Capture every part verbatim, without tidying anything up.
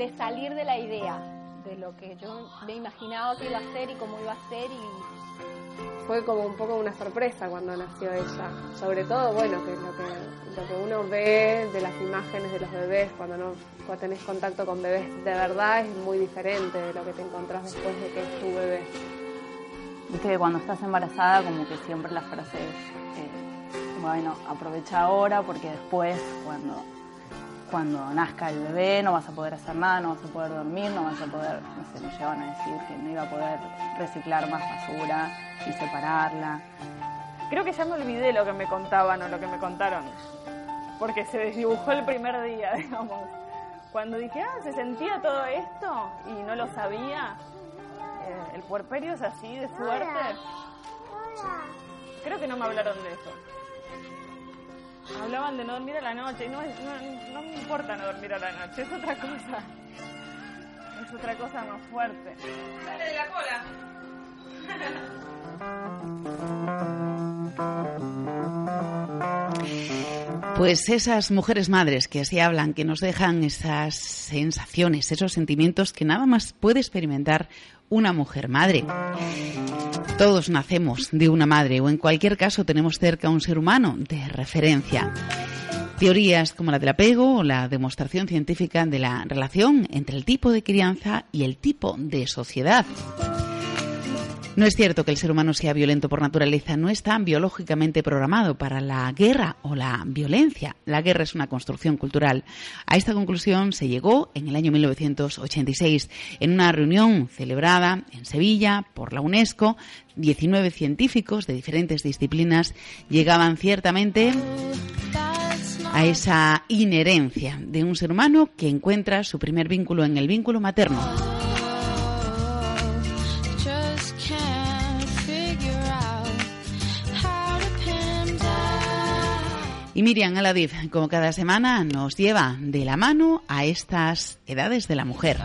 de salir de la idea, de lo que yo me imaginaba que iba a ser y cómo iba a ser, y fue como un poco una sorpresa cuando nació ella. Sobre todo, bueno, que lo que, lo que uno ve de las imágenes de los bebés, cuando no cuando tenés contacto con bebés de verdad, es muy diferente de lo que te encontrás después de que es tu bebé. Viste que cuando estás embarazada, como que siempre la frase es, eh, bueno, aprovecha ahora porque después, cuando, cuando nazca el bebé, no vas a poder hacer nada, no vas a poder dormir, no vas a poder, no sé, nos llevan a decir que no iba a poder reciclar más basura y separarla. Creo que ya me olvidé lo que me contaban o lo que me contaron, porque se desdibujó el primer día, digamos. Cuando dije, ah, se sentía todo esto y no lo sabía, eh, el puerperio es así de fuerte. Creo que no me hablaron de eso. Hablaban de no dormir a la noche, y no, no, no me importa no dormir a la noche, es otra cosa. Es otra cosa más fuerte. ¡Sale de la cola! Pues esas mujeres madres que así hablan, que nos dejan esas sensaciones, esos sentimientos que nada más puede experimentar una mujer madre. Todos nacemos de una madre o en cualquier caso tenemos cerca a un ser humano de referencia. Teorías como la del apego o la demostración científica de la relación entre el tipo de crianza y el tipo de sociedad. No es cierto que el ser humano sea violento por naturaleza, no está biológicamente programado para la guerra o la violencia. La guerra es una construcción cultural. A esta conclusión se llegó en el año mil novecientos ochenta y seis en una reunión celebrada en Sevilla por la UNESCO. diecinueve científicos de diferentes disciplinas llegaban ciertamente a esa inherencia de un ser humano que encuentra su primer vínculo en el vínculo materno. Y Miriam Aladif, como cada semana, nos lleva de la mano a estas edades de la mujer.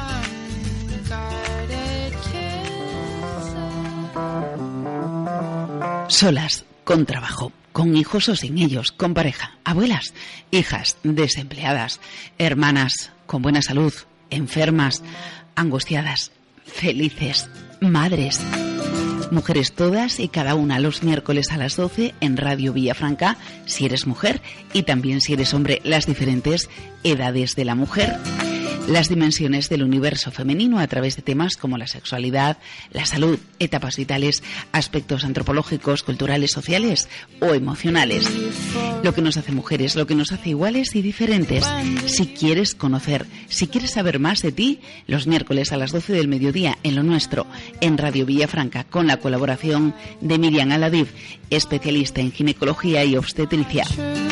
Solas, con trabajo, con hijos o sin ellos, con pareja, abuelas, hijas, desempleadas, hermanas, con buena salud, enfermas, angustiadas, felices, madres. Mujeres todas y cada una los miércoles a las doce en Radio Villafranca, si eres mujer, y también si eres hombre, las diferentes edades de la mujer. Las dimensiones del universo femenino a través de temas como la sexualidad, la salud, etapas vitales, aspectos antropológicos, culturales, sociales o emocionales. Lo que nos hace mujeres, lo que nos hace iguales y diferentes. Si quieres conocer, si quieres saber más de ti, los miércoles a las doce del mediodía en Lo Nuestro, en Radio Villafranca, con la colaboración de Miriam Aladif, especialista en ginecología y obstetricia.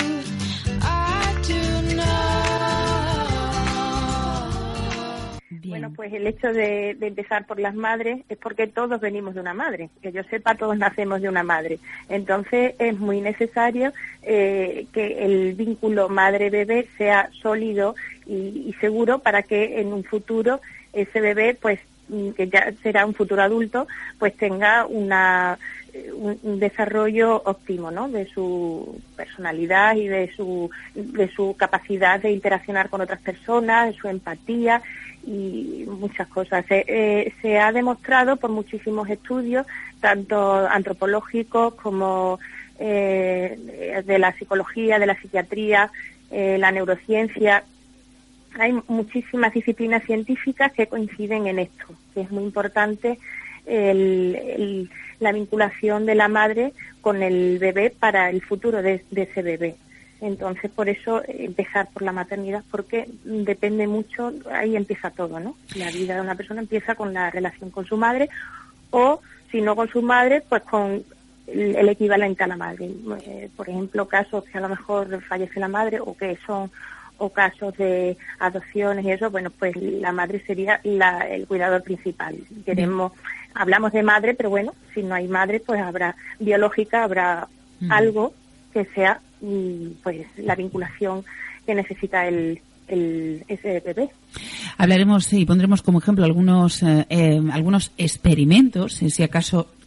Bueno, pues el hecho de, de empezar por las madres es porque todos venimos de una madre. Que yo sepa, todos nacemos de una madre. Entonces es muy necesario eh, que el vínculo madre-bebé sea sólido y, y seguro para que en un futuro ese bebé, pues que ya será un futuro adulto, pues tenga una un, un desarrollo óptimo, ¿no? De su personalidad y de su de su capacidad de interaccionar con otras personas, de su empatía y muchas cosas. Se, eh, se ha demostrado por muchísimos estudios, tanto antropológicos como eh, de la psicología, de la psiquiatría, eh, la neurociencia. Hay muchísimas disciplinas científicas que coinciden en esto, que es muy importante el, el, la vinculación de la madre con el bebé para el futuro de, de ese bebé. Entonces, por eso empezar por la maternidad, porque depende mucho, ahí empieza todo, ¿no? La vida de una persona empieza con la relación con su madre, o si no con su madre, pues con el, el equivalente a la madre. Eh, por ejemplo, casos que a lo mejor fallece la madre o que son o casos de adopciones y eso, bueno, pues la madre sería la, el cuidador principal. Queremos, hablamos de madre, pero bueno, si no hay madre, pues habrá biológica, habrá mm. algo que sea pues la vinculación que necesita el, el ese bebé. Hablaremos y pondremos como ejemplo algunos eh, eh, algunos experimentos, si acaso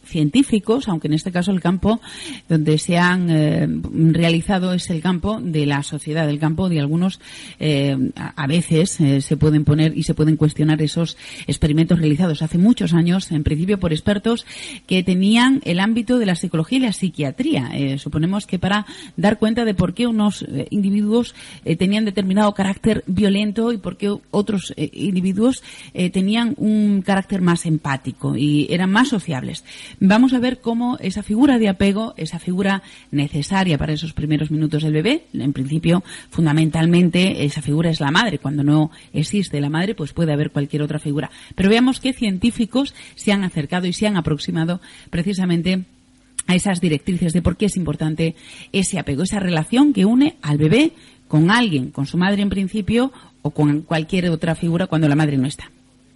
científicos, aunque en este caso el campo donde se han eh, realizado es el campo de la sociedad, el campo de algunos, eh, a veces eh, se pueden poner y se pueden cuestionar esos experimentos realizados hace muchos años, en principio por expertos que tenían el ámbito de la psicología y la psiquiatría. Eh, suponemos que para dar cuenta de por qué unos eh, individuos eh, tenían determinado carácter violento y por qué otros eh, individuos eh, tenían un carácter más empático y eran más sociables. Vamos a ver cómo esa figura de apego, esa figura necesaria para esos primeros minutos del bebé, en principio, fundamentalmente, esa figura es la madre. Cuando no existe la madre, pues puede haber cualquier otra figura. Pero veamos qué científicos se han acercado y se han aproximado precisamente a esas directrices de por qué es importante ese apego, esa relación que une al bebé con alguien, con su madre en principio o con cualquier otra figura cuando la madre no está.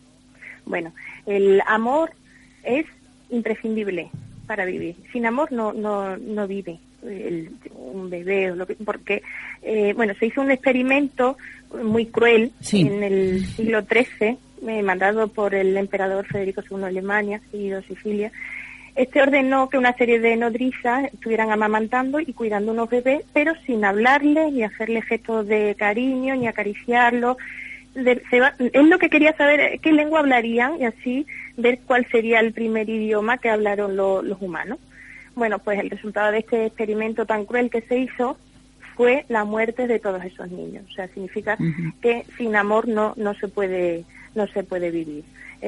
Bueno, el amor es imprescindible para vivir. Sin amor no no no vive el, un bebé o lo que, porque eh, bueno, se hizo un experimento muy cruel sí. en el siglo trece, eh, mandado por el emperador Federico segundo de Alemania, seguido Sicilia. Este ordenó que una serie de nodrizas estuvieran amamantando y cuidando unos bebés, pero sin hablarles ni hacerles gestos de cariño ni acariciarlos. De, se va, él lo que quería saber qué lengua hablarían y así ver cuál sería el primer idioma que hablaron lo, los humanos. Bueno, pues el resultado de este experimento tan cruel que se hizo fue la muerte de todos esos niños. O sea, significa uh-huh. que sin amor no no se puede no se puede vivir.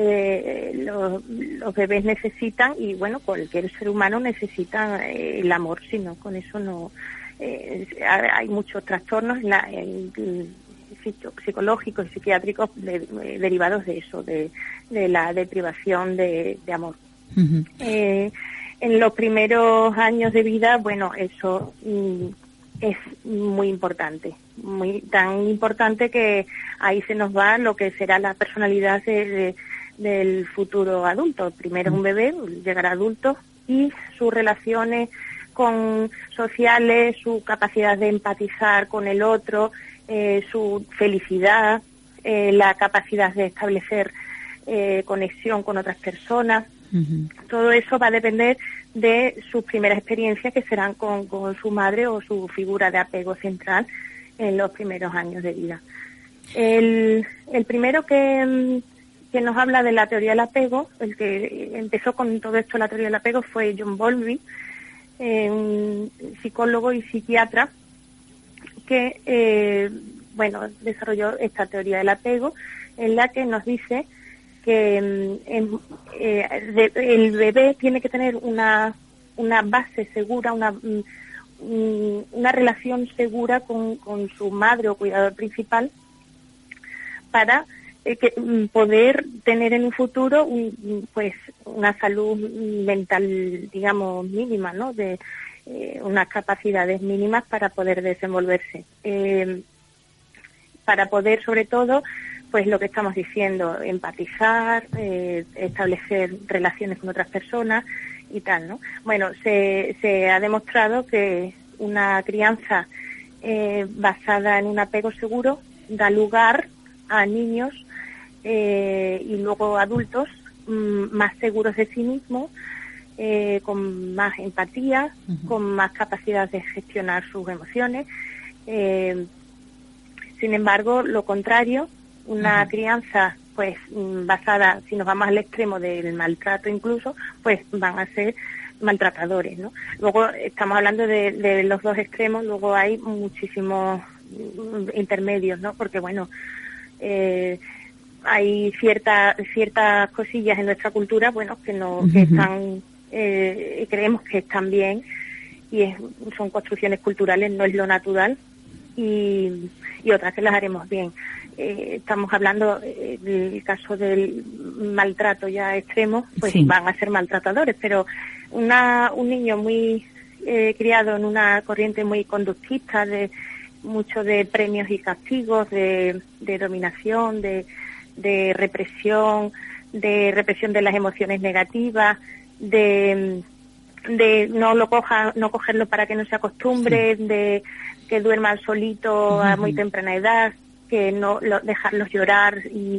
Eh, los, los bebés necesitan, y bueno, cualquier ser humano necesita eh, el amor, si no, con eso no. Eh, hay muchos trastornos en la, en, psicológicos y psiquiátricos de, de, derivados de eso, de, de la deprivación de, de amor. Uh-huh. Eh, en los primeros años de vida, bueno, eso mm, es muy importante, muy tan importante que ahí se nos va lo que será la personalidad de, de, del futuro adulto. Primero es un bebé, llegará adulto y sus relaciones con sociales, su capacidad de empatizar con el otro, Eh, su felicidad, eh, la capacidad de establecer eh, conexión con otras personas. Uh-huh. Todo eso va a depender de sus primeras experiencias que serán con, con su madre o su figura de apego central en los primeros años de vida. El, el primero que, que nos habla de la teoría del apego, el que empezó con todo esto la teoría del apego fue John Bowlby, eh, un psicólogo y psiquiatra que, eh, bueno, desarrolló esta teoría del apego, en la que nos dice que eh, eh, de, el bebé tiene que tener una, una base segura, una, um, una relación segura con, con su madre o cuidador principal para eh, que, um, poder tener en un futuro un, pues una salud mental, digamos, mínima, ¿no?, de Eh, unas capacidades mínimas para poder desenvolverse, eh, para poder sobre todo, pues lo que estamos diciendo, empatizar, eh, establecer relaciones con otras personas y tal, ¿no? Bueno, se, se ha demostrado que una crianza eh, basada en un apego seguro da lugar a niños eh, y luego adultos mm, más seguros de sí mismos, Eh, con más empatía, uh-huh. con más capacidad de gestionar sus emociones. Eh, sin embargo, lo contrario, una uh-huh. crianza pues basada, si nos vamos al extremo del maltrato incluso, pues van a ser maltratadores, ¿no? Luego estamos hablando de, de los dos extremos, luego hay muchísimos intermedios, ¿no? Porque bueno, eh, hay ciertas ciertas cosillas en nuestra cultura, bueno, que no uh-huh. que están Eh, creemos que están bien y es, son construcciones culturales, no es lo natural, y, y otras que las haremos bien. Eh, estamos hablando eh, del caso del maltrato ya extremo, pues sí. van a ser maltratadores, pero una un niño muy eh, criado en una corriente muy conductista, de mucho de premios y castigos, de, de dominación, de, de represión, de represión de las emociones negativas, de de no lo coja no cogerlo para que no se acostumbre, sí. de que duerman solito uh-huh. a muy temprana edad, que no lo, dejarlos llorar y,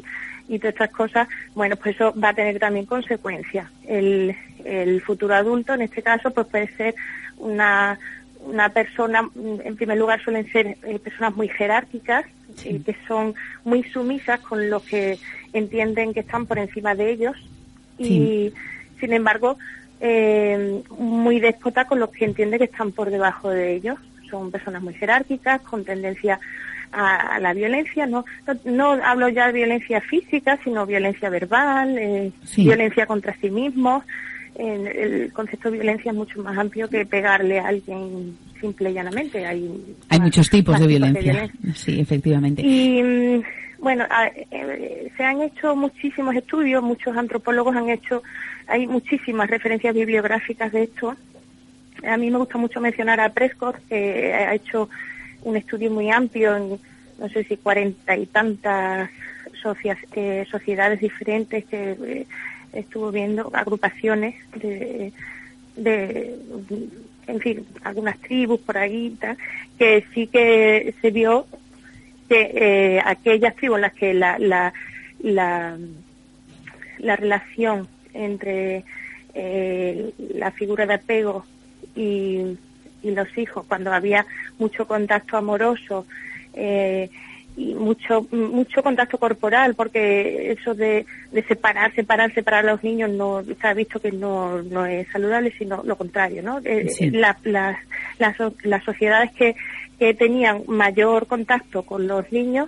y todas estas cosas, bueno, pues eso va a tener también consecuencias. El, el futuro adulto, en este caso, pues puede ser una, una persona, en primer lugar suelen ser eh, personas muy jerárquicas, sí. eh, que son muy sumisas con los que entienden que están por encima de ellos, sí. y sin embargo, eh, muy déspota con los que entienden que están por debajo de ellos. Son personas muy jerárquicas, con tendencia a, a la violencia. No, no no hablo ya de violencia física, sino violencia verbal, eh, sí. violencia contra sí mismos. Eh, el concepto de violencia es mucho más amplio que pegarle a alguien simple y llanamente. Hay, Hay más, muchos tipos de violencia. de violencia. Sí, efectivamente. Y bueno, a, eh, se han hecho muchísimos estudios, muchos antropólogos han hecho, hay muchísimas referencias bibliográficas de esto. A mí me gusta mucho mencionar a Prescott, que ha hecho un estudio muy amplio en, no sé si cuarenta y tantas socia, eh, sociedades diferentes que eh, estuvo viendo, agrupaciones de, de, en fin, algunas tribus por ahí, tal, que sí que se vio que eh, aquellas tribus en las que la, la, la, la relación entre eh, la figura de apego y, y los hijos, cuando había mucho contacto amoroso eh, y mucho mucho contacto corporal, porque eso de, de separar, separar, separar a los niños no se ha visto que no, no es saludable, sino lo contrario, ¿no? Eh, sí. la, la, las, las sociedades que, que tenían mayor contacto con los niños,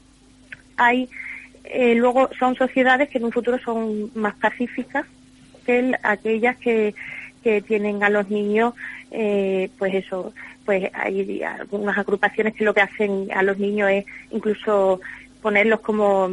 hay eh, luego son sociedades que en un futuro son más pacíficas que el, aquellas que que tienen a los niños, eh, pues eso, pues hay algunas agrupaciones que lo que hacen a los niños es incluso ponerlos como,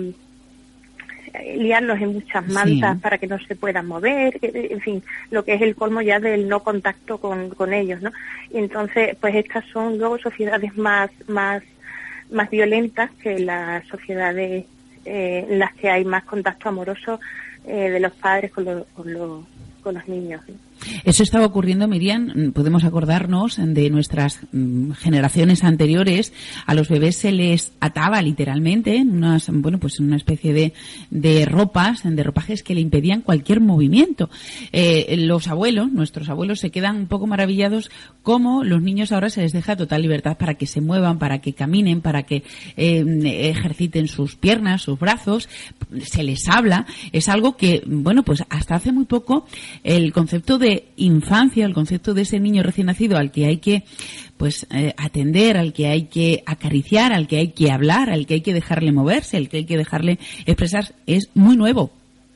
eh, liarlos en muchas mantas sí. para que no se puedan mover, en fin, lo que es el colmo ya del no contacto con, con ellos, ¿no? Y entonces, pues estas son luego sociedades más, más, más violentas que las sociedades eh, en las que hay más contacto amoroso eh, de los padres con, lo, con, lo, con los niños, ¿no? Eso estaba ocurriendo, Miriam. Podemos acordarnos de nuestras mm, generaciones anteriores. A los bebés se les ataba literalmente en unas, bueno, pues en una especie de, de ropas, de ropajes que le impedían cualquier movimiento. Eh, los abuelos, nuestros abuelos, se quedan un poco maravillados cómo los niños ahora se les deja total libertad para que se muevan, para que caminen, para que eh, ejerciten sus piernas, sus brazos. Se les habla. Es algo que, bueno, pues hasta hace muy poco el concepto de de infancia, el concepto de ese niño recién nacido al que hay que pues eh, atender, al que hay que acariciar, al que hay que hablar, al que hay que dejarle moverse, al que hay que dejarle expresar, es muy nuevo.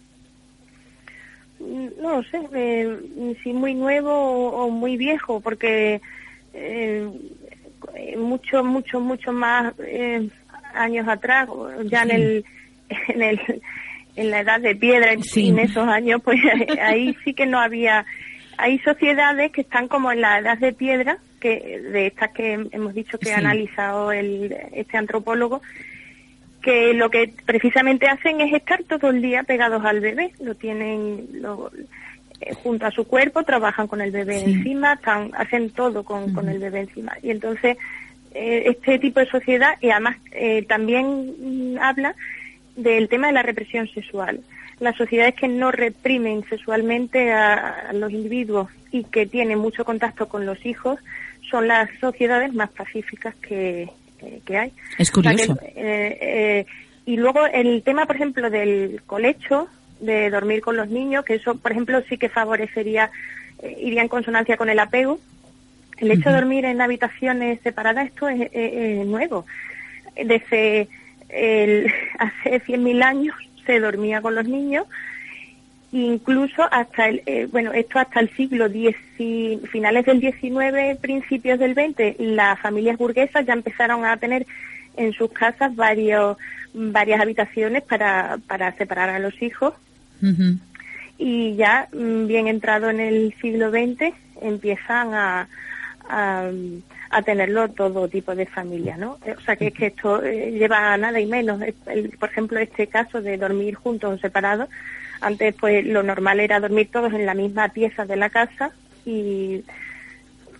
No sé eh, si muy nuevo o, o muy viejo, porque eh, mucho, mucho, mucho más eh, años atrás, ya sí. en el en el en la edad de piedra, en, sí. en esos años, pues ahí sí que no había. Hay sociedades que están como en la edad de piedra, que de estas que hemos dicho que sí. ha analizado el, este antropólogo, que lo que precisamente hacen es estar todo el día pegados al bebé, lo tienen lo, eh, junto a su cuerpo, trabajan con el bebé sí. encima, están, hacen todo con, uh-huh. con el bebé encima. Y entonces, eh, este tipo de sociedad, y además eh, también mm, habla del tema de la represión sexual. Las sociedades que no reprimen sexualmente a, a los individuos y que tienen mucho contacto con los hijos son las sociedades más pacíficas que, que, que hay. Es curioso. O sea que, eh, eh, y luego el tema, por ejemplo, del colecho, de dormir con los niños, que eso, por ejemplo, sí que favorecería, eh, iría en consonancia con el apego. El hecho uh-huh. de dormir en habitaciones separadas, esto es, es, es nuevo. Desde El, hace cien mil años se dormía con los niños, incluso hasta el, eh, bueno, esto hasta el siglo diez, finales del diecinueve, principios del veinte, las familias burguesas ya empezaron a tener en sus casas varios, varias habitaciones para, para separar a los hijos. Uh-huh. Y ya bien entrado en el siglo veinte empiezan a, a a tenerlo todo tipo de familias, ¿no? O sea, que es que esto eh, lleva a nada y menos. El, por ejemplo, este caso de dormir juntos o separados, antes pues lo normal era dormir todos en la misma pieza de la casa y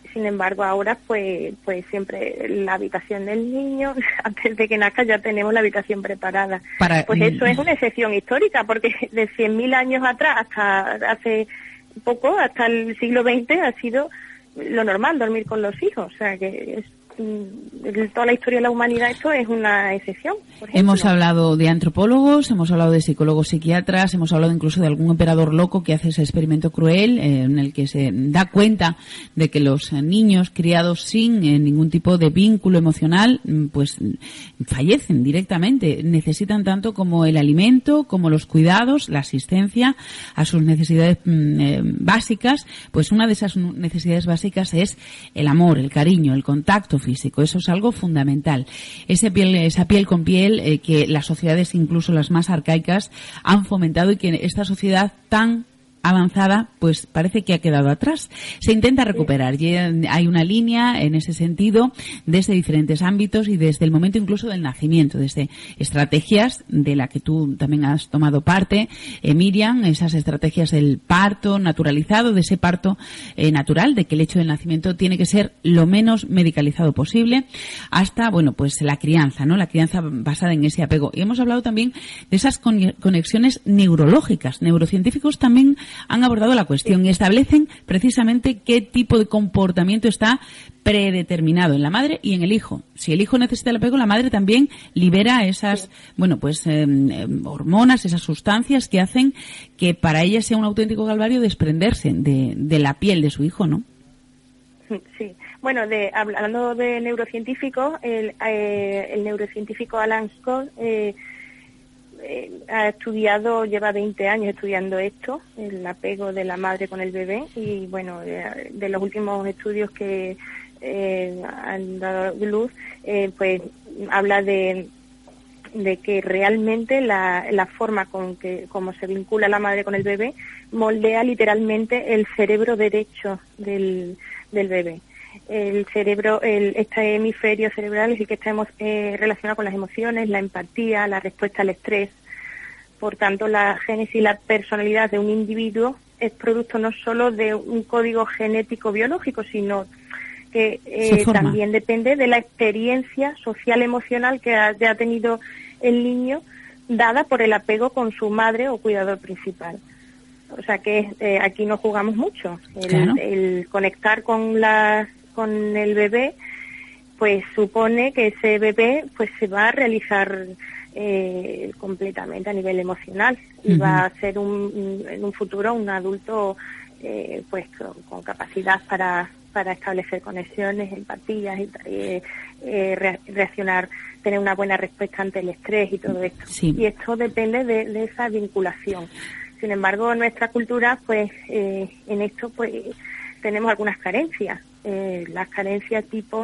sin embargo ahora pues pues siempre la habitación del niño, antes de que nazca ya tenemos la habitación preparada. Para, pues eso es una excepción histórica, porque de cien mil años atrás hasta hace poco, hasta el siglo veinte, ha sido lo normal dormir con los hijos. O sea que es, en toda la historia de la humanidad esto es una excepción. Por ejemplo. Hemos hablado de antropólogos, hemos hablado de psicólogos psiquiatras, hemos hablado incluso de algún emperador loco que hace ese experimento cruel eh, en el que se da cuenta de que los niños criados sin eh, ningún tipo de vínculo emocional pues fallecen directamente. Necesitan tanto como el alimento, como los cuidados, la asistencia a sus necesidades eh, básicas. Pues una de esas necesidades básicas es el amor, el cariño, el contacto físico. Eso es algo fundamental. Ese piel, esa piel con piel eh, que las sociedades, incluso las más arcaicas, han fomentado y que esta sociedad tan avanzada, pues parece que ha quedado atrás. Se intenta recuperar y hay una línea en ese sentido desde diferentes ámbitos y desde el momento incluso del nacimiento, desde estrategias de la que tú también has tomado parte, eh, Miriam, esas estrategias del parto naturalizado, de ese parto eh, natural, de que el hecho del nacimiento tiene que ser lo menos medicalizado posible, hasta, bueno, pues la crianza, ¿no? La crianza basada en ese apego. Y hemos hablado también de esas conexiones neurológicas. Neurocientíficos también han abordado la cuestión y establecen precisamente qué tipo de comportamiento está predeterminado en la madre y en el hijo. Si el hijo necesita el apego, la madre también libera esas, bueno, pues eh, hormonas, esas sustancias que hacen que para ella sea un auténtico calvario desprenderse de, de la piel de su hijo, ¿no? Sí. Bueno, de, hablando de neurocientíficos, el, eh, el neurocientífico Alan Scott eh, Eh, ha estudiado, lleva veinte años estudiando esto, el apego de la madre con el bebé, y bueno, de, de los últimos estudios que eh, han dado luz, eh, pues habla de, de que realmente la, la forma con que como se vincula la madre con el bebé moldea literalmente el cerebro derecho del, del bebé. El cerebro, el, este hemisferio cerebral es el que está eh, relacionado con las emociones, la empatía, la respuesta al estrés. Por tanto, la génesis y la personalidad de un individuo es producto no solo de un código genético biológico, sino que eh, también depende de la experiencia social emocional que ha, que ha tenido el niño, dada por el apego con su madre o cuidador principal. O sea que eh, aquí no jugamos mucho. El, claro. el conectar con la con el bebé, pues supone que ese bebé pues se va a realizar eh, completamente a nivel emocional y uh-huh. va a ser un, en un futuro un adulto eh, pues con, con capacidad para para establecer conexiones, empatías y eh, eh, re- reaccionar, tener una buena respuesta ante el estrés y todo esto. Sí. Y esto depende de, de esa vinculación. Sin embargo, en nuestra cultura, pues eh, en esto pues tenemos algunas carencias. Eh, las carencias tipo,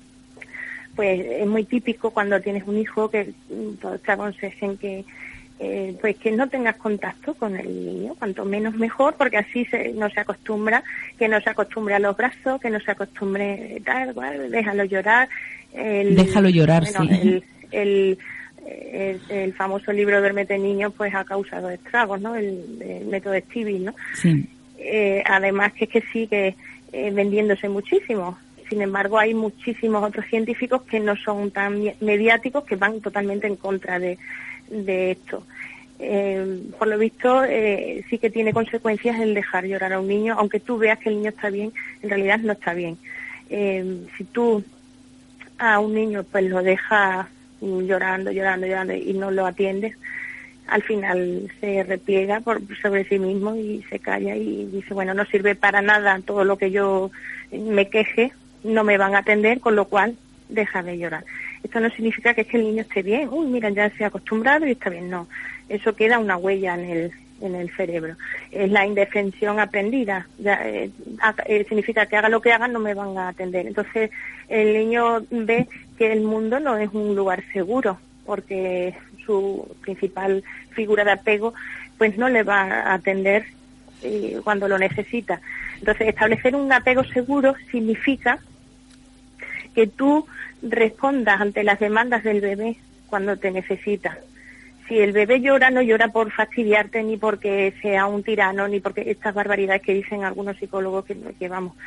pues es muy típico cuando tienes un hijo que todos te aconsejen que eh, pues que no tengas contacto con el niño, cuanto menos mejor, porque así se, no se acostumbra, que no se acostumbre a los brazos, que no se acostumbre tal, bueno, déjalo llorar. El, déjalo llorar, bueno, sí. El, el, el, el famoso libro Duérmete niño, pues ha causado estragos, ¿no? El, el método Stevie, ¿no? Sí. Eh, además que es que sigue eh, vendiéndose muchísimo. Sin embargo, hay muchísimos otros científicos que no son tan mediáticos, que van totalmente en contra de, de esto. Eh, por lo visto, eh, sí que tiene consecuencias el dejar llorar a un niño, aunque tú veas que el niño está bien, en realidad no está bien. Eh, si tú a un niño pues lo dejas llorando, llorando, llorando y no lo atiendes, al final se repliega por, sobre sí mismo y se calla y dice, bueno, no sirve para nada todo lo que yo me queje, no me van a atender, con lo cual deja de llorar. Esto no significa que es que el niño esté bien, uy, mira, ya se ha acostumbrado y está bien, no. Eso queda una huella en el en el cerebro. Es la indefensión aprendida. Ya, eh, eh, significa que haga lo que haga, no me van a atender. Entonces, el niño ve que el mundo no es un lugar seguro, porque su principal figura de apego pues no le va a atender eh, cuando lo necesita. Entonces, establecer un apego seguro significa que tú respondas ante las demandas del bebé cuando te necesita. Si el bebé llora, no llora por fastidiarte, ni porque sea un tirano, ni porque estas barbaridades que dicen algunos psicólogos que, que vamos,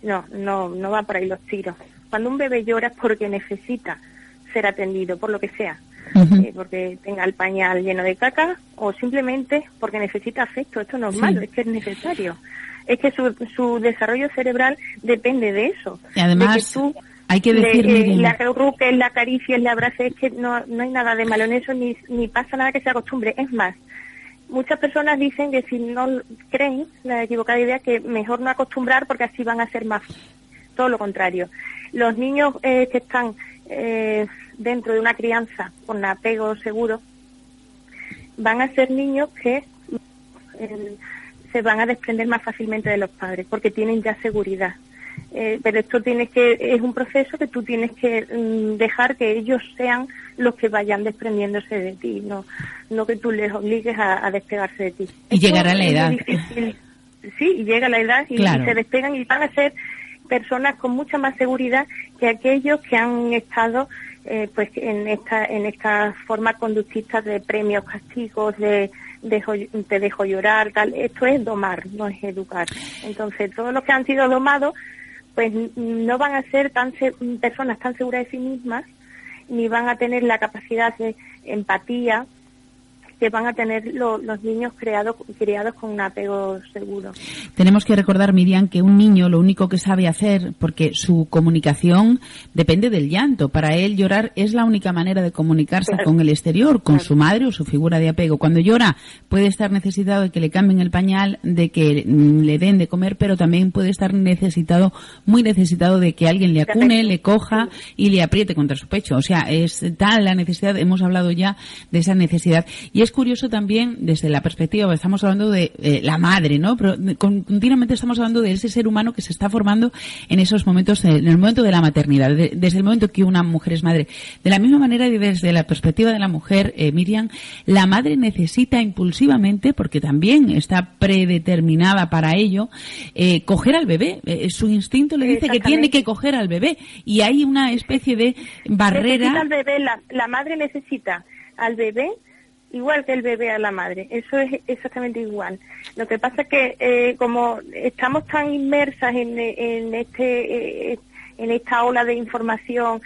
No, no, no va por ahí los tiros. Cuando un bebé llora es porque necesita ser atendido, por lo que sea. Uh-huh. eh, porque tenga el pañal lleno de caca o simplemente porque necesita afecto. Esto no es sí. malo, es que es necesario. Es que su, su desarrollo cerebral depende de eso. Y además, de que tú hay que decir, le, eh, la arruques, la acaricies, la abraces, es que no, no hay nada de malo en eso, ni, ni pasa nada que se acostumbre. Es más, muchas personas dicen que si no creen, la equivocada idea, que mejor no acostumbrar porque así van a ser más. Todo lo contrario. Los niños eh, que están eh, dentro de una crianza con apego seguro van a ser niños que eh, se van a desprender más fácilmente de los padres porque tienen ya seguridad. Eh, pero esto tienes que es un proceso que tú tienes que mm, dejar que ellos sean los que vayan desprendiéndose de ti, no no que tú les obligues a, a despegarse de ti. Y esto llegará la edad. Difícil. Sí, y llega la edad y, claro. y se despegan y van a ser personas con mucha más seguridad que aquellos que han estado eh, pues en esta en esta forma conductista de premios, castigos, de dejo, te dejo llorar, tal. Esto es domar, no es educar. Entonces, todos los que han sido domados pues no van a ser tan personas tan seguras de sí mismas, ni van a tener la capacidad de empatía que van a tener lo, los niños creados criados con un apego seguro. Tenemos que recordar, Miriam, que un niño lo único que sabe hacer, porque su comunicación depende del llanto, para él llorar es la única manera de comunicarse claro. con el exterior, con claro. su madre o su figura de apego. Cuando llora puede estar necesitado de que le cambien el pañal, de que le den de comer, pero también puede estar necesitado, muy necesitado de que alguien le acune, le coja y le apriete contra su pecho. O sea, es tal la necesidad, hemos hablado ya de esa necesidad. Y es curioso también, desde la perspectiva, estamos hablando de eh, la madre, ¿no? Pero continuamente estamos hablando de ese ser humano que se está formando en esos momentos, en el momento de la maternidad, de, desde el momento que una mujer es madre. De la misma manera y desde la perspectiva de la mujer, eh, Miriam, la madre necesita impulsivamente, porque también está predeterminada para ello, eh, coger al bebé. Eh, su instinto le dice que tiene que coger al bebé y hay una especie de barrera. Necesita al bebé, la, la madre necesita al bebé igual que el bebé a la madre, eso es exactamente igual. Lo que pasa es que eh, como estamos tan inmersas en, en este eh, en esta ola de información,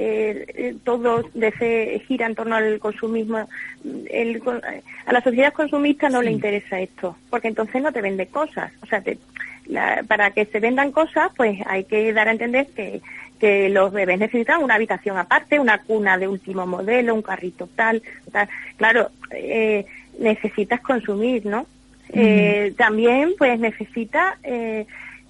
eh, todo de se gira en torno al consumismo. El, a la sociedad consumista no sí. le interesa esto, porque entonces no te vende cosas. O sea, te, la, para que se vendan cosas, pues hay que dar a entender que que los bebés necesitan una habitación aparte, una cuna de último modelo, un carrito tal, tal. Claro, eh, necesitas consumir, ¿no? Mm. Eh, también, pues, necesita, eh,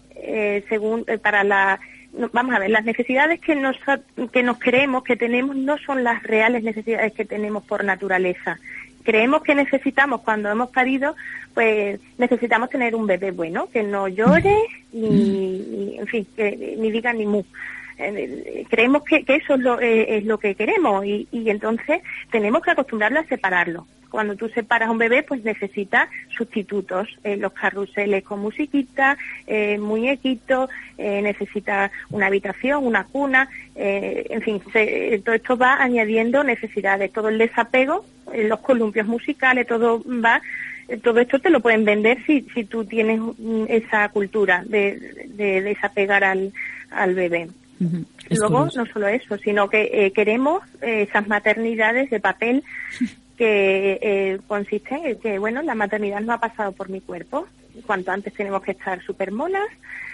eh, según, eh, para la, no, vamos a ver, las necesidades que nos, que nos creemos que tenemos no son las reales necesidades que tenemos por naturaleza. Creemos que necesitamos, cuando hemos parido, pues necesitamos tener un bebé bueno, que no llore, ni, ni en fin, que ni diga ni mu. Eh, creemos que, que eso es lo, eh, es lo que queremos y, y entonces tenemos que acostumbrarlo a separarlo. Cuando tú separas a un bebé, pues necesitas sustitutos, eh, los carruseles con musiquita, eh, muñequitos, eh, necesita una habitación, una cuna, eh, en fin, se, todo esto va añadiendo necesidades, todo el desapego, eh, los columpios musicales, todo va, eh, todo esto te lo pueden vender si, si tú tienes esa cultura de, de desapegar al, al bebé. Uh-huh. Luego, curioso. No solo eso, sino que eh, queremos eh, esas maternidades de papel que eh, consisten en que, bueno, la maternidad no ha pasado por mi cuerpo. Cuanto antes tenemos que estar súper monas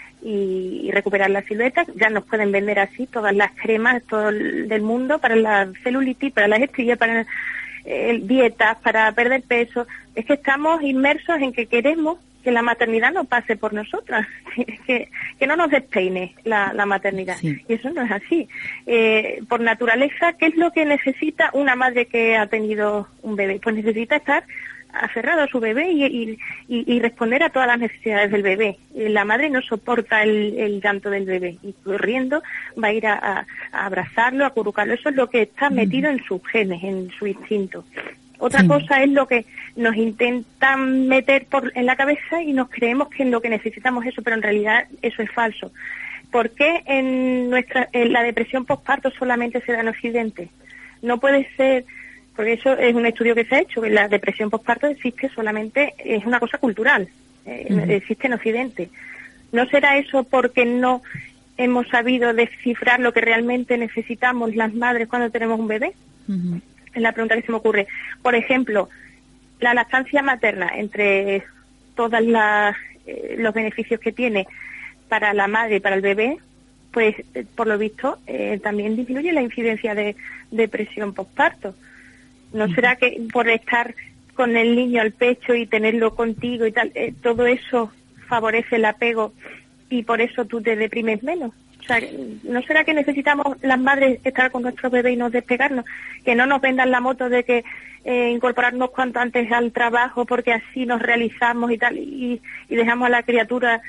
y, y recuperar la silueta. Ya nos pueden vender así todas las cremas todo el, del mundo para la celulitis, para las estrías, para eh, dietas, para perder peso. Es que estamos inmersos en que queremos que la maternidad no pase por nosotras, que, que no nos despeine la, la maternidad. Sí. Y eso no es así. Eh, por naturaleza, ¿qué es lo que necesita una madre que ha tenido un bebé? Pues necesita estar aferrado a su bebé y, y, y, y responder a todas las necesidades del bebé. La madre no soporta el, el llanto del bebé y corriendo va a ir a, a, a abrazarlo, a acurrucarlo. Eso es lo que está metido en sus genes, en su instinto. Otra sí. cosa es lo que nos intentan meter por en la cabeza y nos creemos que en lo que necesitamos eso, pero en realidad eso es falso. ¿Por qué en nuestra en la depresión postparto solamente se da en Occidente? No puede ser, porque eso es un estudio que se ha hecho, que la depresión postparto existe solamente, es una cosa cultural, eh, uh-huh. existe en Occidente. ¿No será eso porque no hemos sabido descifrar lo que realmente necesitamos las madres cuando tenemos un bebé? Uh-huh. Es la pregunta que se me ocurre. Por ejemplo, la lactancia materna, entre todos eh, los beneficios que tiene para la madre y para el bebé, pues eh, por lo visto eh, también disminuye la incidencia de depresión postparto. ¿No uh-huh. será que por estar con el niño al pecho y tenerlo contigo y tal, eh, todo eso favorece el apego y por eso tú te deprimes menos? O sea, ¿no será que necesitamos las madres estar con nuestro bebé y no despegarnos? Que no nos vendan la moto de que eh, incorporarnos cuanto antes al trabajo porque así nos realizamos y tal, y, y dejamos a la criatura.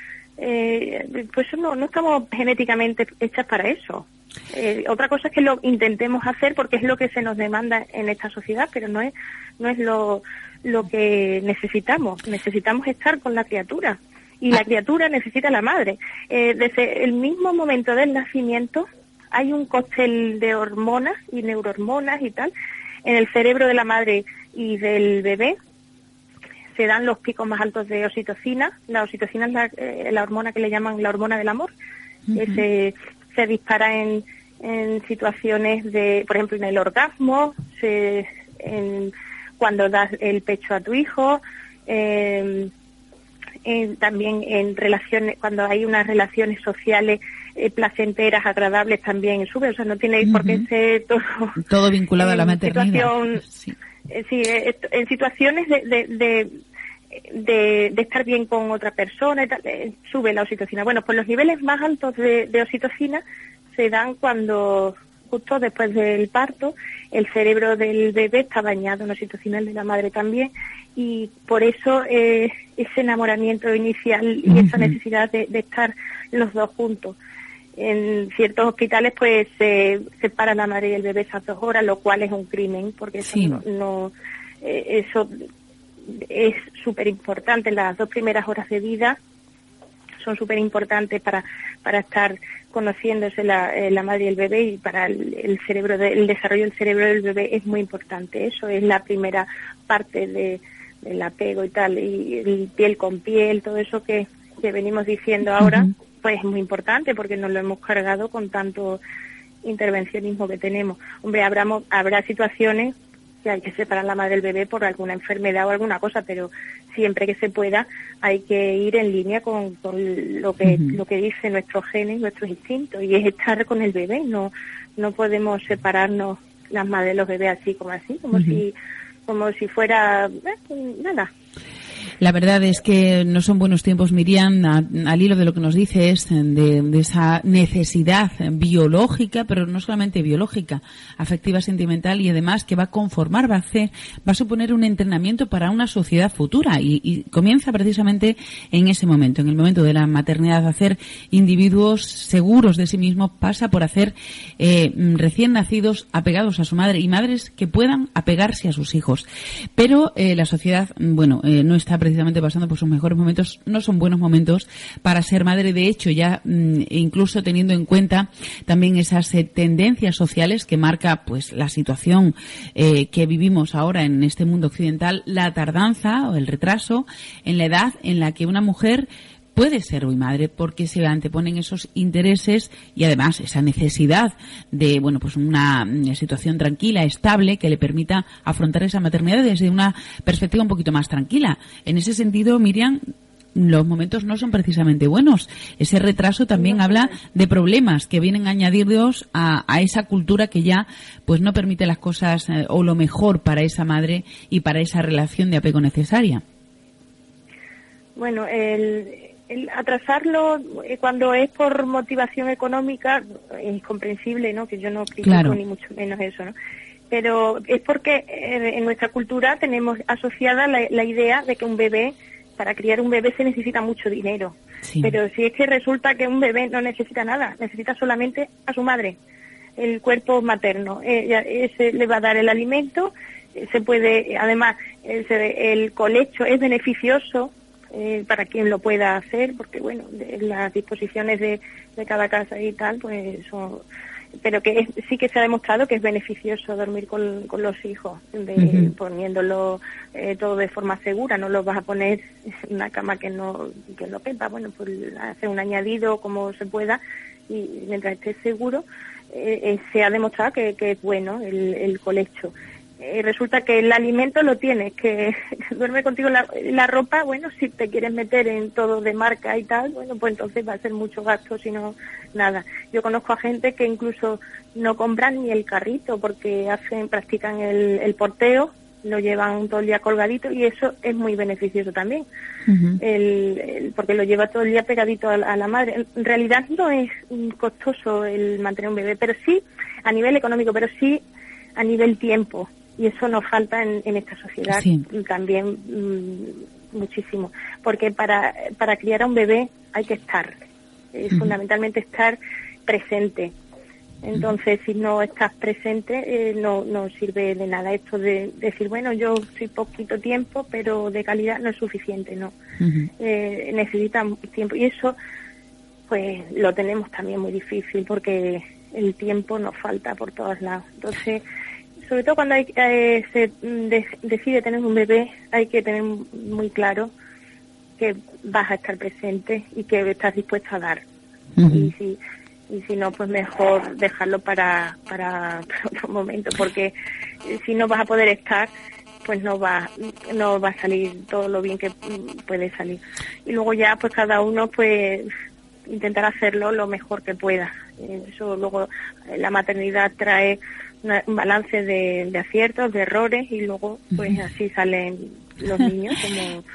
Eh, pues no, no estamos genéticamente hechas para eso. Eh, otra cosa es que lo intentemos hacer porque es lo que se nos demanda en esta sociedad, pero no es, no es lo, lo que necesitamos. Necesitamos estar con la criatura. Y la criatura necesita a la madre. Eh, desde el mismo momento del nacimiento hay un cóctel de hormonas y neurohormonas y tal en el cerebro de la madre y del bebé. Se dan los picos más altos de oxitocina. La oxitocina es la, eh, la hormona que le llaman la hormona del amor. Uh-huh. Que se, se dispara en, en situaciones de, por ejemplo, en el orgasmo, se, en, cuando das el pecho a tu hijo, eh, En, también en relaciones, cuando hay unas relaciones sociales eh, placenteras, agradables, también sube. O sea, no tiene uh-huh. por qué ser todo... Todo vinculado a la maternidad. Sí, eh, sí eh, en situaciones de, de, de, de, de estar bien con otra persona, y tal, eh, sube la oxitocina. Bueno, pues los niveles más altos de, de oxitocina se dan cuando, justo después del parto, el cerebro del bebé está bañado en oxitocina, el de la madre también, y por eso eh, ese enamoramiento inicial y esa necesidad de, de estar los dos juntos. En ciertos hospitales pues se eh, separan la madre y el bebé esas dos horas, lo cual es un crimen, porque eso sí. no, no eh, eso es súper importante. Las dos primeras horas de vida son súper importantes para para estar conociéndose la, eh, la madre y el bebé, y para el, el cerebro de, el desarrollo del cerebro del bebé es muy importante. Eso es la primera parte de el apego y tal, y el piel con piel, todo eso que, que venimos diciendo ahora, uh-huh. pues es muy importante porque nos lo hemos cargado con tanto intervencionismo que tenemos. Hombre, habrá, habrá situaciones que hay que separar la madre del bebé por alguna enfermedad o alguna cosa, pero siempre que se pueda hay que ir en línea con, con lo que uh-huh. lo que dice nuestros genes, nuestros instintos, y es estar con el bebé. No no podemos separarnos las madres de los bebés así como así, como uh-huh. si como si fuera eh, nada. La verdad es que no son buenos tiempos, Miriam, a, al hilo de lo que nos dices, de, de esa necesidad biológica, pero no solamente biológica, afectiva, sentimental, y además que va a conformar, va a hacer, va a suponer un entrenamiento para una sociedad futura, y, y comienza precisamente en ese momento, en el momento de la maternidad. Hacer individuos seguros de sí mismos pasa por hacer eh, recién nacidos apegados a su madre, y madres que puedan apegarse a sus hijos. Pero eh, la sociedad, bueno, eh, no está precisamente pasando por sus mejores momentos, no son buenos momentos para ser madre. De hecho, ya incluso teniendo en cuenta también esas eh, tendencias sociales que marca pues la situación eh, que vivimos ahora en este mundo occidental, la tardanza o el retraso en la edad en la que una mujer puede ser hoy madre, porque se anteponen esos intereses y además esa necesidad de, bueno, pues una situación tranquila, estable, que le permita afrontar esa maternidad desde una perspectiva un poquito más tranquila. En ese sentido, Miriam, los momentos no son precisamente buenos. Ese retraso también habla de problemas que vienen añadidos a, a esa cultura que ya pues no permite las cosas eh, o lo mejor para esa madre y para esa relación de apego necesaria. Bueno, el El atrasarlo eh, cuando es por motivación económica es comprensible, ¿no? Que yo no critico claro. ni mucho menos eso, ¿no? Pero es porque eh, en nuestra cultura tenemos asociada la, la idea de que un bebé, para criar un bebé se necesita mucho dinero. Sí. Pero si es que resulta que un bebé no necesita nada, necesita solamente a su madre, el cuerpo materno. Ella, ese le va a dar el alimento, se puede, además, el, el colecho es beneficioso Eh, para quien lo pueda hacer, porque bueno, de, las disposiciones de, de cada casa y tal, pues son, pero que es, sí que se ha demostrado que es beneficioso dormir con, con los hijos, de, uh-huh. poniéndolo eh, todo de forma segura. No los vas a poner en una cama que no que no quepa, bueno, pues hacer un añadido como se pueda, y mientras estés seguro, eh, eh, se ha demostrado que, que es bueno el, el colecho. Eh, resulta que el alimento lo tienes, que duerme contigo la, la ropa, bueno, si te quieres meter en todo de marca y tal, bueno, pues entonces va a ser mucho gasto, si no, nada. Yo conozco a gente que incluso no compran ni el carrito porque hacen, practican el, el porteo, lo llevan todo el día colgadito, y eso es muy beneficioso también, uh-huh. el, el, porque lo lleva todo el día pegadito a, a la madre. En realidad no es costoso el mantener un bebé, pero sí a nivel económico, pero sí a nivel tiempo. Y eso nos falta en, en esta sociedad sí. también mmm, muchísimo. Porque para, para criar a un bebé hay que estar, eh, uh-huh. fundamentalmente estar presente. Entonces, uh-huh. si no estás presente, eh, no, no sirve de nada esto de decir, bueno, yo soy poquito tiempo, pero de calidad no es suficiente, ¿no? Uh-huh. Eh, necesita tiempo. Y eso, pues, lo tenemos también muy difícil porque el tiempo nos falta por todos lados. Entonces, sobre todo cuando hay, eh, se de, decide tener un bebé, hay que tener muy claro que vas a estar presente y que estás dispuesta a dar. Uh-huh. Y si y si no, pues mejor dejarlo para, para otro momento, porque si no vas a poder estar, pues no va no va a salir todo lo bien que puede salir. Y luego ya, pues cada uno, pues intentar hacerlo lo mejor que pueda. Eso luego, la maternidad trae una, un balance de, de aciertos, de errores, y luego pues así salen los niños como,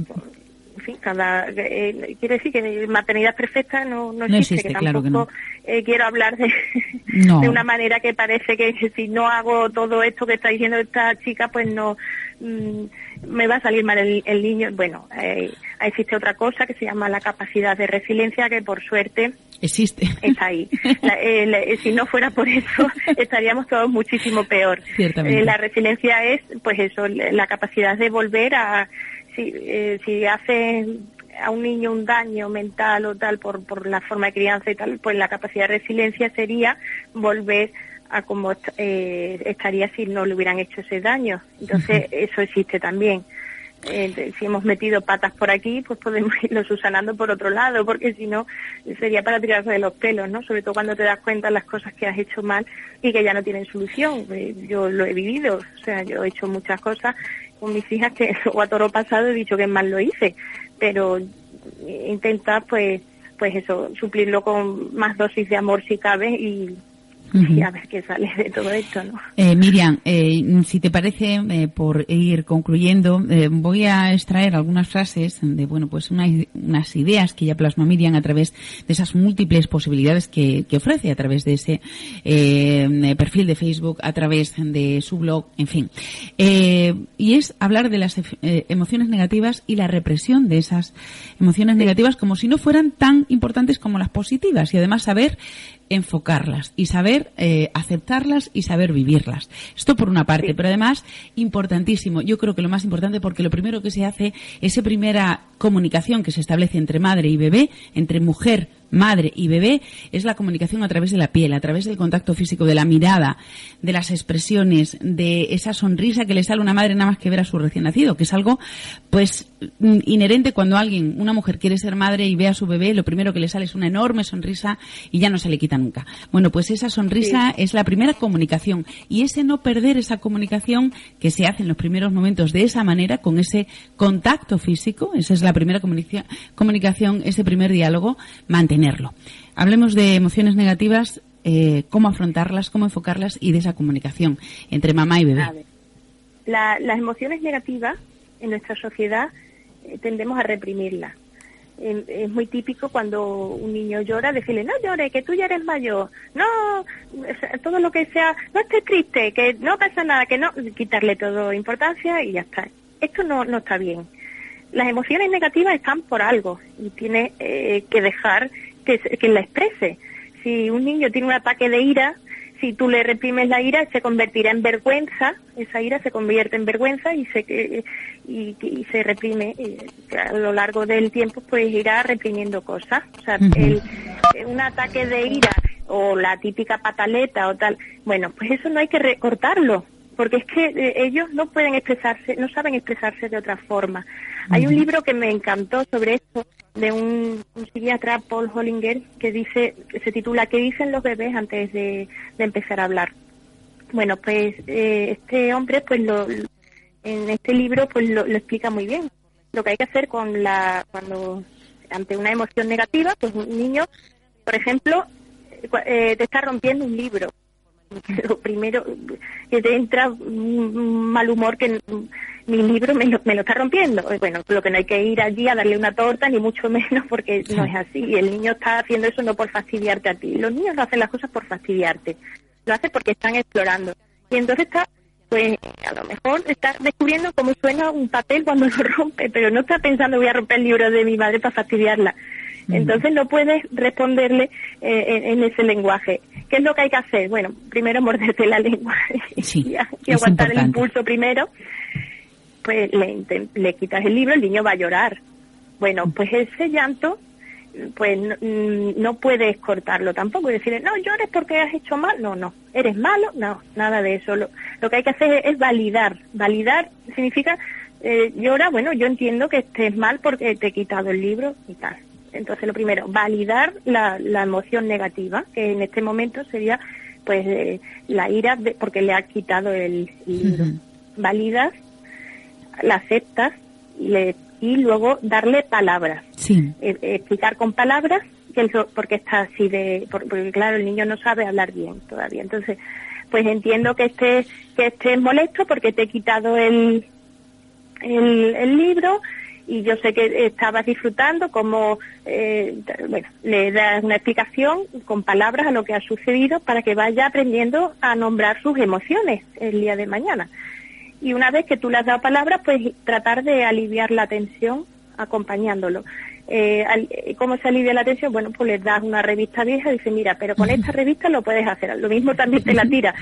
en fin, cada eh, quiere decir que maternidad perfecta no, no existe, no existe, que claro tampoco que no. eh, quiero hablar de, no. de una manera que parece que si no hago todo esto que está diciendo esta chica, pues no mmm, me va a salir mal el, el niño. Bueno, eh, existe otra cosa que se llama la capacidad de resiliencia, que por suerte existe. Está ahí. La, eh, la, si no fuera por eso, estaríamos todos muchísimo peor. Ciertamente. Eh, la resiliencia es, pues eso, la capacidad de volver a, si, eh, si hace a un niño un daño mental o tal por, por la forma de crianza y tal, pues la capacidad de resiliencia sería volver a como eh, estaría si no le hubieran hecho ese daño. Entonces, uh-huh. eso existe también. Eh, si hemos metido patas por aquí, pues podemos irlo subsanando por otro lado, porque si no sería para tirarse de los pelos, ¿no? Sobre todo cuando te das cuenta de las cosas que has hecho mal y que ya no tienen solución. Eh, yo lo he vivido, o sea, yo he hecho muchas cosas con mis hijas que luego a toro pasado he dicho que mal lo hice, pero intentar pues pues eso, suplirlo con más dosis de amor si cabe, y y a ver qué sale de todo esto, ¿no? Eh, Miriam, eh, si te parece, eh, por ir concluyendo, eh, voy a extraer algunas frases de, bueno, pues una, unas ideas que ya plasma Miriam a través de esas múltiples posibilidades que, que ofrece a través de ese eh, perfil de Facebook, a través de su blog, en fin. Eh, y es hablar de las eh, emociones negativas y la represión de esas emociones negativas como si no fueran tan importantes como las positivas, y además saber enfocarlas y saber eh, aceptarlas y saber vivirlas. Esto por una parte, sí. Pero además, importantísimo, yo creo que lo más importante, porque lo primero que se hace, esa primera comunicación que se establece entre madre y bebé, entre mujer, madre y bebé, es la comunicación a través de la piel, a través del contacto físico, de la mirada, de las expresiones, de esa sonrisa que le sale a una madre nada más que ver a su recién nacido, que es algo pues inherente cuando alguien, una mujer quiere ser madre y ve a su bebé, lo primero que le sale es una enorme sonrisa y ya no se le quita nunca. Bueno, pues esa sonrisa sí. es la primera comunicación, y ese no perder esa comunicación que se hace en los primeros momentos de esa manera, con ese contacto físico, esa es la primera comunica- comunicación, ese primer diálogo, mantener Hablemos de emociones negativas, eh, cómo afrontarlas, cómo enfocarlas, y de esa comunicación entre mamá y bebé. A ver, la, las emociones negativas en nuestra sociedad eh, tendemos a reprimirlas. Eh, es muy típico cuando un niño llora decirle, no llores, que tú ya eres mayor, no, todo lo que sea, no estés triste, que no pasa nada, que no, quitarle toda importancia y ya está. Esto no, no está bien. Las emociones negativas están por algo y tiene eh, que dejar que, que la exprese. Si un niño tiene un ataque de ira, si tú le reprimes la ira, se convertirá en vergüenza, esa ira se convierte en vergüenza y se eh, y, y se reprime. Eh, a lo largo del tiempo pues irá reprimiendo cosas. O sea, el, un ataque de ira o la típica pataleta o tal. Bueno, pues eso no hay que recortarlo, porque es que eh, ellos no pueden expresarse, no saben expresarse de otra forma. Hay un libro que me encantó sobre esto, de un, un psiquiatra, Paul Hollinger, que dice, que se titula ¿Qué dicen los bebés antes de, de empezar a hablar? Bueno, pues eh, este hombre, pues lo, en este libro, pues lo, lo explica muy bien. Lo que hay que hacer con la, cuando ante una emoción negativa, pues un niño, por ejemplo, eh, te está rompiendo un libro. Lo primero que te entra un mal humor, que mi libro me lo, me lo está rompiendo. Bueno, lo que no hay que ir allí a darle una torta, ni mucho menos, porque no es así. Y el niño está haciendo eso no por fastidiarte a ti. Los niños no hacen las cosas por fastidiarte. Lo hacen porque están explorando. Y entonces está, pues a lo mejor está descubriendo cómo suena un papel cuando lo rompe, pero no está pensando voy a romper el libro de mi madre para fastidiarla. Entonces no puedes responderle eh, en, en ese lenguaje. ¿Qué es lo que hay que hacer? Bueno, primero morderte la lengua sí, y, y aguantar el impulso primero. Pues le, le quitas el libro, el niño va a llorar. Bueno, pues ese llanto, pues no, no puedes cortarlo tampoco y decirle, no llores porque has hecho mal. No, no, eres malo, no, nada de eso. Lo, lo que hay que hacer es, es validar. Validar significa, eh, llora, bueno, yo entiendo que estés mal porque te he quitado el libro y tal. Entonces, lo primero, validar la, la emoción negativa, que en este momento sería, pues, eh, la ira de, porque le ha quitado el libro. Uh-huh. Validas, la aceptas y, le, y luego darle palabras. Sí. Eh, explicar con palabras que el, porque está así de, porque claro, el niño no sabe hablar bien todavía. Entonces, pues entiendo que estés que estés molesto porque te he quitado el el, el libro. Y yo sé que estabas disfrutando, como, eh, bueno, le das una explicación con palabras a lo que ha sucedido para que vaya aprendiendo a nombrar sus emociones el día de mañana. Y una vez que tú le has dado palabras, pues tratar de aliviar la tensión acompañándolo. Eh, ¿Cómo se alivia la tensión? Bueno, pues les das una revista vieja y dices, mira, pero con esta revista lo puedes hacer. Lo mismo también te la tira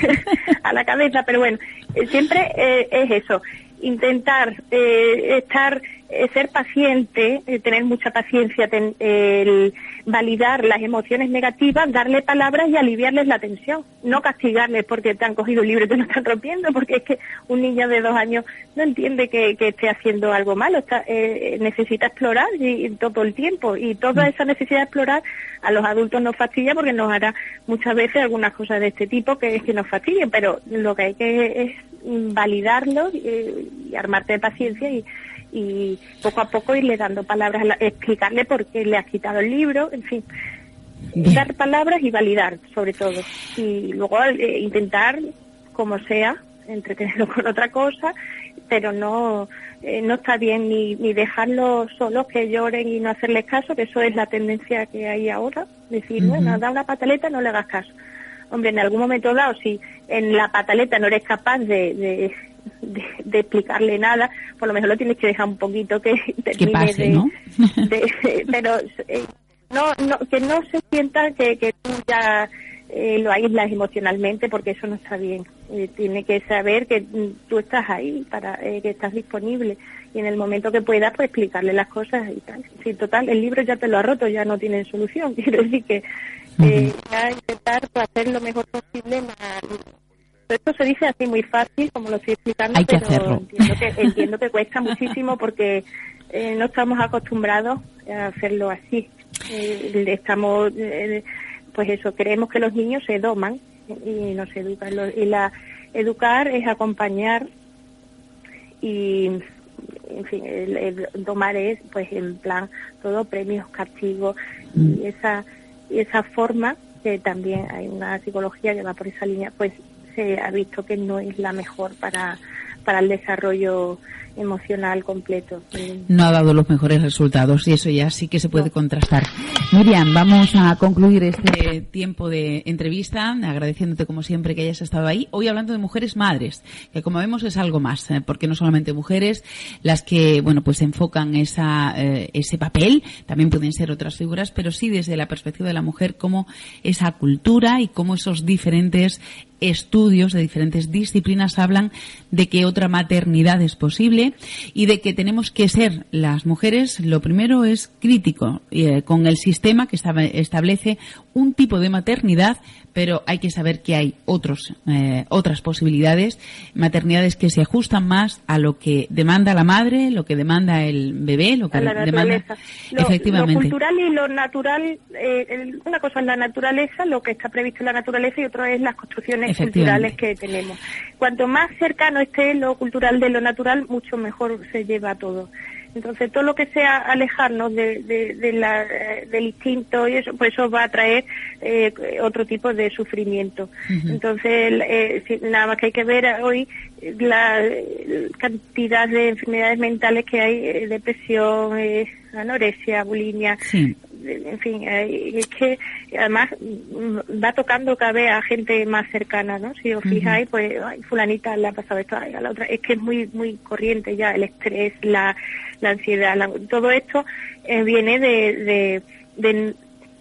a la cabeza, pero bueno, siempre eh, es eso. Intentar eh, estar, eh, ser paciente, eh, tener mucha paciencia, ten, eh, el validar las emociones negativas, darle palabras y aliviarles la tensión. No castigarles porque te han cogido el libro y te lo están rompiendo, porque es que un niño de dos años no entiende que, que esté haciendo algo malo, está, eh, necesita explorar y, y todo el tiempo. Y toda esa necesidad de explorar a los adultos nos fastidia porque nos hará muchas veces algunas cosas de este tipo que es que nos fastidian, pero lo que hay que es validarlo eh, y armarte de paciencia y, y poco a poco irle dando palabras, explicarle por qué le has quitado el libro, en fin, Bien. Dar palabras y validar sobre todo, y luego eh, intentar como sea entretenerlo con otra cosa, pero no eh, no está bien ni, ni dejarlos solos que lloren y no hacerles caso, que eso es la tendencia que hay ahora, decir, uh-huh. bueno, da una pataleta, no le hagas caso. Hombre, en algún momento dado, si en la pataleta no eres capaz de, de, de, de explicarle nada, por lo mejor lo tienes que dejar un poquito que termine que pase, de, ¿no? de, pero eh, no, no, que no se sienta que, que tú ya eh, lo aíslas emocionalmente, porque eso no está bien. Eh, tiene que saber que tú estás ahí, para eh, que estás disponible, y en el momento que puedas, pues explicarle las cosas y tal. Sí, total, el libro ya te lo ha roto, ya no tiene solución. Quiero decir que eh, ya intentar hacer lo mejor posible. Esto se dice así muy fácil, como lo estoy explicando, Hay que pero hacerlo. entiendo que, entiendo que cuesta muchísimo porque eh, no estamos acostumbrados a hacerlo así. Eh, estamos, eh, pues eso, creemos que los niños se doman y no se educan. Y la educar es acompañar y, en fin, el, el domar es, pues, en plan, todo premios, castigos, y esa, y esa forma, que también hay una psicología que va por esa línea, pues se ha visto que no es la mejor para, para el desarrollo emocional completo. No ha dado los mejores resultados y eso ya sí que se puede no. contrastar. Miriam, vamos a concluir este tiempo de entrevista agradeciéndote como siempre que hayas estado ahí. Hoy hablando de mujeres madres, que como vemos es algo más, ¿eh? Porque no solamente mujeres las que, bueno, pues enfocan esa, eh, ese papel, también pueden ser otras figuras, pero sí desde la perspectiva de la mujer, como esa cultura y como esos diferentes estudios de diferentes disciplinas hablan de que otra maternidad es posible y de que tenemos que ser las mujeres, lo primero es crítico eh, con el sistema que establece un tipo de maternidad, pero hay que saber que hay otros, eh, otras posibilidades, maternidades que se ajustan más a lo que demanda la madre, lo que demanda el bebé, lo que demanda lo, efectivamente. Lo cultural y lo natural, eh, una cosa es la naturaleza, lo que está previsto en la naturaleza, y otro es las construcciones culturales que tenemos. Cuanto más cercano esté lo cultural de lo natural, mucho mejor se lleva todo. Entonces, todo lo que sea alejarnos de, de, de la, del instinto y eso, pues eso va a traer eh, otro tipo de sufrimiento. Uh-huh. Entonces, eh, si, nada más que hay que ver hoy la eh, cantidad de enfermedades mentales que hay, eh, depresión, eh, anorexia, bulimia. Sí. En fin, es que además va tocando cada vez a gente más cercana, ¿no? Si os fijáis, uh-huh. pues ay, fulanita le ha pasado esto, ay, a la otra. Es que es muy muy corriente ya el estrés, la, la ansiedad, la, todo esto eh, viene de, de, de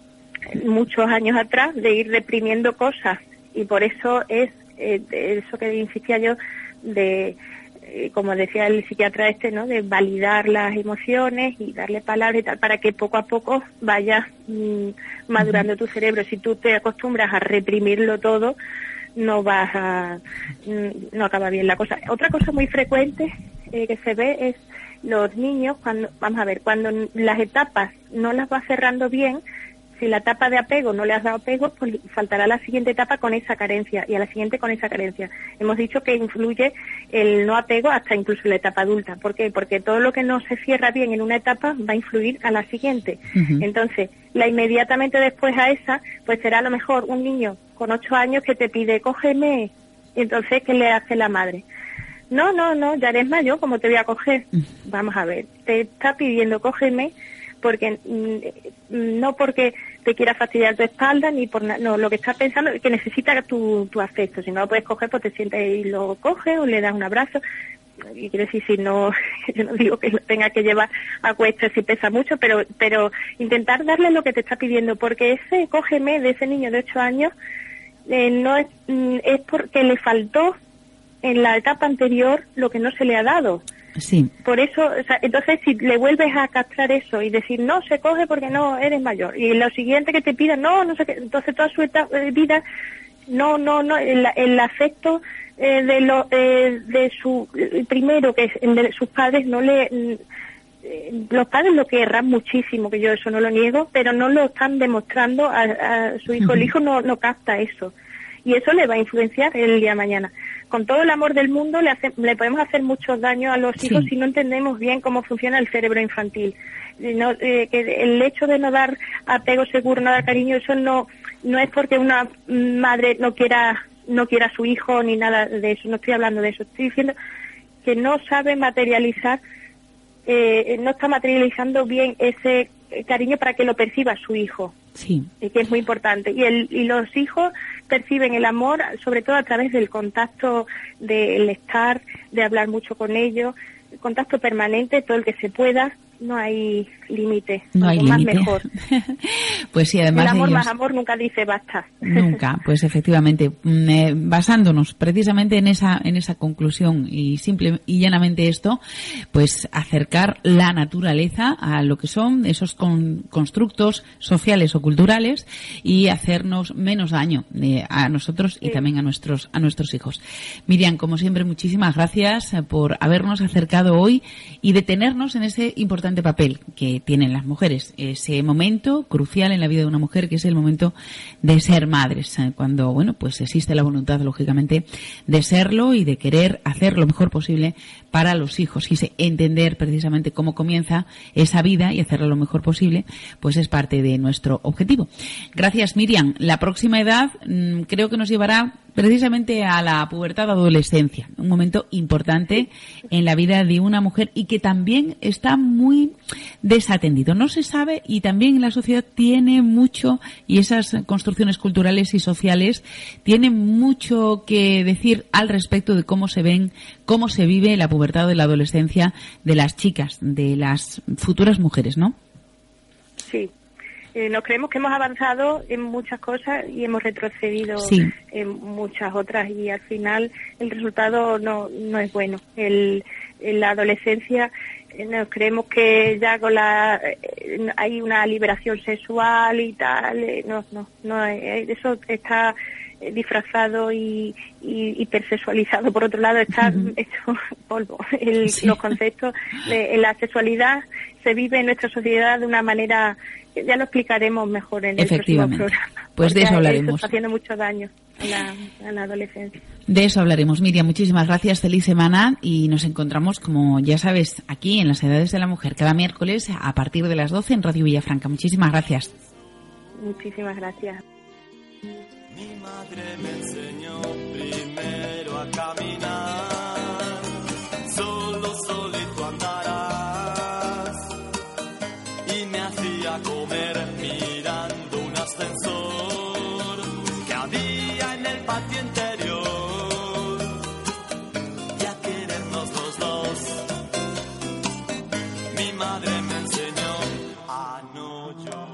muchos años atrás, de ir reprimiendo cosas, y por eso es eh, eso que insistía yo de, como decía el psiquiatra este, ¿no?, de validar las emociones y darle palabras y tal, para que poco a poco vaya mmm, madurando tu cerebro. Si tú te acostumbras a reprimirlo todo, no vas a, mmm, no acaba bien la cosa. Otra cosa muy frecuente eh, que se ve es los niños, cuando, vamos a ver, cuando las etapas no las vas cerrando bien, si la etapa de apego no le has dado apego, pues faltará la siguiente etapa con esa carencia y a la siguiente con esa carencia. Hemos dicho que influye el no apego hasta incluso la etapa adulta. ¿Por qué? Porque todo lo que no se cierra bien en una etapa va a influir a la siguiente. Uh-huh. Entonces, la inmediatamente después a esa, pues será a lo mejor un niño con ocho años que te pide, cógeme. Y entonces, ¿qué le hace la madre? No, no, no, ya eres mayor, ¿cómo te voy a coger? Uh-huh. Vamos a ver, te está pidiendo, cógeme, porque no porque te quiera fastidiar tu espalda, ni por no, lo que estás pensando es que necesita tu, tu afecto. Si no lo puedes coger, pues te sientes y lo coges o le das un abrazo. Y quiero decir, si no, yo no digo que lo tenga que llevar a cuestas si pesa mucho, pero pero intentar darle lo que te está pidiendo, porque ese cógeme de ese niño de ocho años eh, no es, es porque le faltó en la etapa anterior lo que no se le ha dado. Sí. Por eso, o sea, entonces si le vuelves a castrar eso y decir, no, se coge porque no, eres mayor, y lo siguiente que te pida, no, no sé qué, entonces toda su etapa, eh, vida, no, no, no, el, el afecto eh, de lo eh, de su, el primero, que es el de sus padres, no le, eh, los padres lo querrán muchísimo, que yo eso no lo niego, pero no lo están demostrando a, a su hijo, uh-huh. El hijo no, no capta eso, y eso le va a influenciar el día de mañana. Con todo el amor del mundo le, hace, le podemos hacer muchos daños a los hijos sí. si no entendemos bien cómo funciona el cerebro infantil. No, eh, que el hecho de no dar apego seguro, no dar cariño, eso no no es porque una madre no quiera no quiera a su hijo ni nada de eso. No estoy hablando de eso. Estoy diciendo que no sabe materializar, eh, no está materializando bien ese cariño para que lo perciba su hijo. Sí. Y que es muy importante. Y, el, y los hijos perciben el amor sobre todo a través del contacto, del estar, de hablar mucho con ellos, el contacto permanente, todo el que se pueda. No hay límite. No hay más límite. Mejor. Pues sí, además el amor ellos... más amor nunca dice basta. Nunca, pues efectivamente, eh, basándonos precisamente en esa en esa conclusión y simple y llanamente esto, pues acercar la naturaleza a lo que son esos con, constructos sociales o culturales y hacernos menos daño eh, a nosotros y sí. también a nuestros a nuestros hijos. Miriam, como siempre, muchísimas gracias por habernos acercado hoy y detenernos en ese importante papel que tienen las mujeres, ese momento crucial en la vida de una mujer que es el momento de ser madres, cuando, bueno, pues existe la voluntad, lógicamente, de serlo y de querer hacer lo mejor posible para los hijos y entender precisamente cómo comienza esa vida y hacerlo lo mejor posible, pues es parte de nuestro objetivo. Gracias, Miriam. La próxima edad mmm, creo que nos llevará precisamente a la pubertad, adolescencia, un momento importante en la vida de una mujer y que también está muy desatendido. No se sabe y también la sociedad tiene mucho, y esas construcciones culturales y sociales tienen mucho que decir al respecto de cómo se ven, cómo se vive la pubertad o de la adolescencia de las chicas, de las futuras mujeres, ¿no? Sí. eh, nos creemos que hemos avanzado en muchas cosas y hemos retrocedido sí. en muchas otras, y al final el resultado no, no es bueno. El, en la adolescencia eh, nos creemos que ya con la eh, hay una liberación sexual y tal, eh, no, no, no, eh, eso está disfrazado y, y hipersexualizado. Por otro lado, está uh-huh. hecho polvo. El, sí. Los conceptos de la sexualidad se vive en nuestra sociedad de una manera, ya lo explicaremos mejor en el próximo programa. Pues de eso hablaremos. Eso está haciendo mucho daño a la, a la adolescencia. De eso hablaremos. Miriam, muchísimas gracias, feliz semana, y nos encontramos, como ya sabes, aquí en Las Edades de la Mujer, cada miércoles a partir de las doce en Radio Villafranca. Muchísimas gracias. Muchísimas gracias. Mi madre me enseñó primero a caminar, solo solito andarás, y me hacía comer mirando un ascensor que había en el patio interior, y a querernos los dos. Mi madre me enseñó a no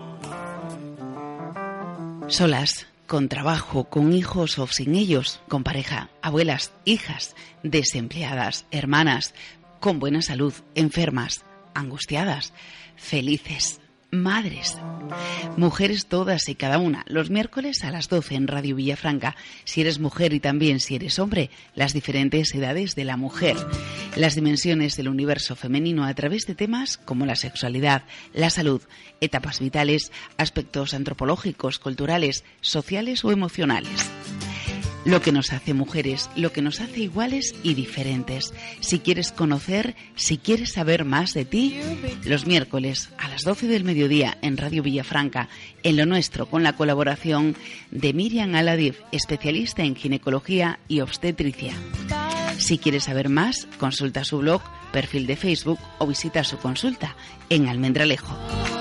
llorar. Solas, con trabajo, con hijos o sin ellos, con pareja, abuelas, hijas, desempleadas, hermanas, con buena salud, enfermas, angustiadas, felices, madres, mujeres todas y cada una, los miércoles a las doce en Radio Villafranca. Si eres mujer y también si eres hombre, las diferentes edades de la mujer, las dimensiones del universo femenino a través de temas como la sexualidad, la salud, etapas vitales, aspectos antropológicos, culturales, sociales o emocionales. Lo que nos hace mujeres, lo que nos hace iguales y diferentes. Si quieres conocer, si quieres saber más de ti, los miércoles a las doce del mediodía en Radio Villafranca, en Lo Nuestro, con la colaboración de Miriam Aladif, especialista en ginecología y obstetricia. Si quieres saber más, consulta su blog, perfil de Facebook o visita su consulta en Almendralejo.